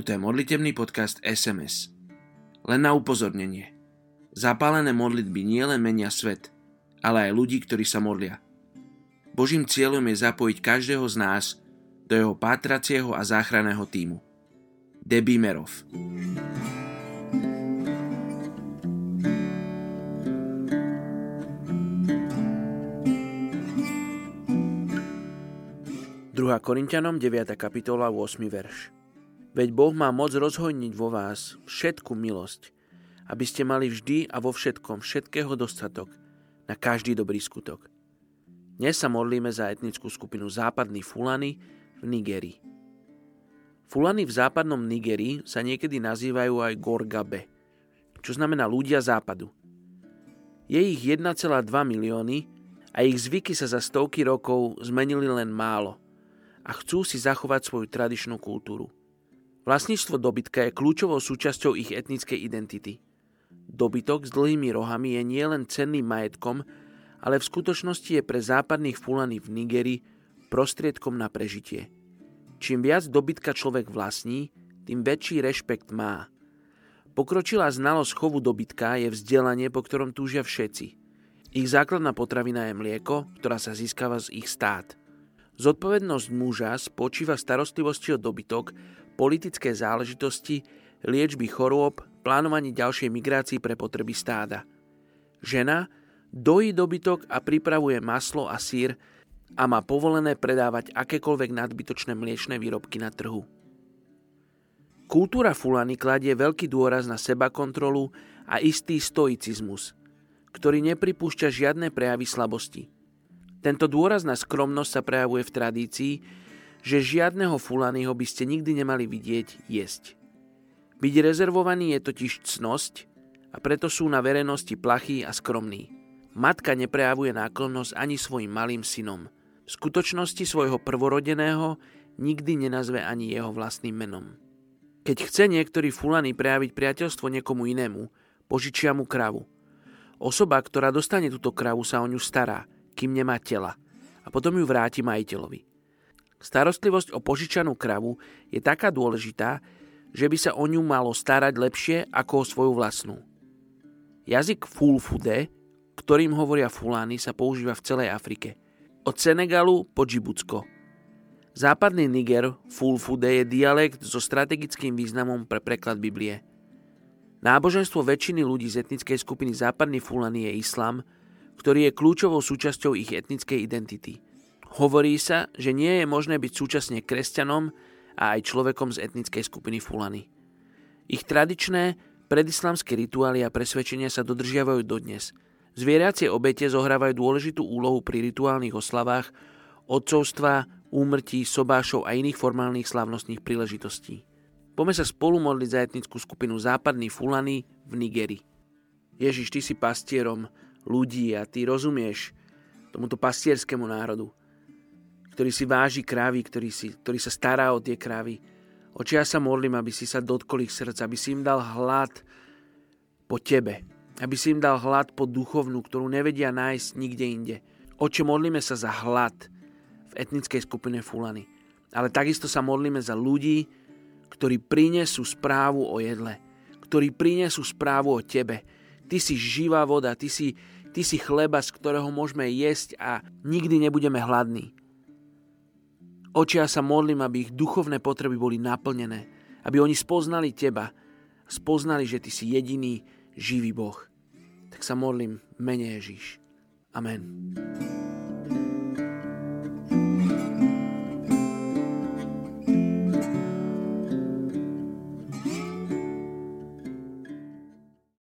Toto je modlitebný podcast SMS. Len na upozornenie. Zapálené modlitby nielen menia svet, ale aj ľudí, ktorí sa modlia. Božím cieľom je zapojiť každého z nás do jeho pátracieho a záchranného tímu. Debbie Merov. Druhá Korinťanom 9. kapitola 8. verš. Veď Boh má moc rozhojniť vo vás všetku milosť, aby ste mali vždy a vo všetkom všetkého dostatok na každý dobrý skutok. Dnes sa modlíme za etnickú skupinu západní Fulani v Nigérii. Fulani v západnom Nigérii sa niekedy nazývajú aj Gorgabe, čo znamená ľudia západu. Je ich 1,2 milióny a ich zvyky sa za stovky rokov zmenili len málo a chcú si zachovať svoju tradičnú kultúru. Vlastníctvo dobytka je kľúčovou súčasťou ich etnickej identity. Dobytok s dlhými rohami je nielen cenným majetkom, ale v skutočnosti je pre západných Fulani v Nigérii prostriedkom na prežitie. Čím viac dobytka človek vlastní, tým väčší rešpekt má. Pokročilá znalosť chovu dobytka je vzdelanie, po ktorom túžia všetci. Ich základná potravina je mlieko, ktorá sa získava z ich stád. Zodpovednosť muža spočíva v starostlivosti o dobytok, politické záležitosti, liečby chorôb, plánovaní ďalšej migrácii pre potreby stáda. Žena dojí dobytok a pripravuje maslo a syr a má povolené predávať akékoľvek nadbytočné mliečne výrobky na trhu. Kultúra Fulani kladie veľký dôraz na sebakontrolu a istý stoicizmus, ktorý nepripúšťa žiadne prejavy slabosti. Tento dôraz na skromnosť sa prejavuje v tradícii, že žiadneho Fulaniho by ste nikdy nemali vidieť jesť. Byť rezervovaný je totiž cnosť a preto sú na verejnosti plachí a skromní. Matka neprejavuje náklonnosť ani svojim malým synom. V skutočnosti svojho prvorodeného nikdy nenazve ani jeho vlastným menom. Keď chce niektorý Fulani prejaviť priateľstvo niekomu inému, požičia mu kravu. Osoba, ktorá dostane túto kravu, sa o ňu stará, kým nemá tela, a potom ju vráti majiteľovi. Starostlivosť o požičanú kravu je taká dôležitá, že by sa o ňu malo starať lepšie ako o svoju vlastnú. Jazyk Fulfude, ktorým hovoria Fulani, sa používa v celej Afrike. Od Senegalu po Džibutsko. Západný Niger Fulfude je dialekt so strategickým významom pre preklad Biblie. Náboženstvo väčšiny ľudí z etnickej skupiny západný Fulani je islám, ktorý je kľúčovou súčasťou ich etnickej identity. Hovorí sa, že nie je možné byť súčasne kresťanom a aj človekom z etnickej skupiny Fulani. Ich tradičné predislamské rituály a presvedčenia sa dodržiavajú dodnes. Zvieracie obete zohrávajú dôležitú úlohu pri rituálnych oslavách, otcovstva, úmrtí, sobášov a iných formálnych slávnostných príležitostí. Poďme sa spolu modliť za etnickú skupinu západní Fulani v Nigérii. Ježiš, ty si pastierom ľudí a ty rozumieš tomuto pastierskému národu, ktorý si váži krávy, ktorý sa stará o tie krávy. Oče, ja sa modlím, aby si sa dotkol ich srdc, aby si im dal hlad po tebe, aby si im dal hlad po duchovnú, ktorú nevedia nájsť nikde inde. Oče, modlíme sa za hlad v etnickej skupine Fulani, ale takisto sa modlíme za ľudí, ktorí prinesú správu o jedle, ktorí prinesú správu o tebe. Ty si živá voda, ty si chleba, z ktorého môžeme jesť a nikdy nebudeme hladní. Oče, ja sa modlím, aby ich duchovné potreby boli naplnené, aby oni spoznali teba, spoznali, že ty si jediný živý Boh. Tak sa modlím v mene Ježiš. Amen.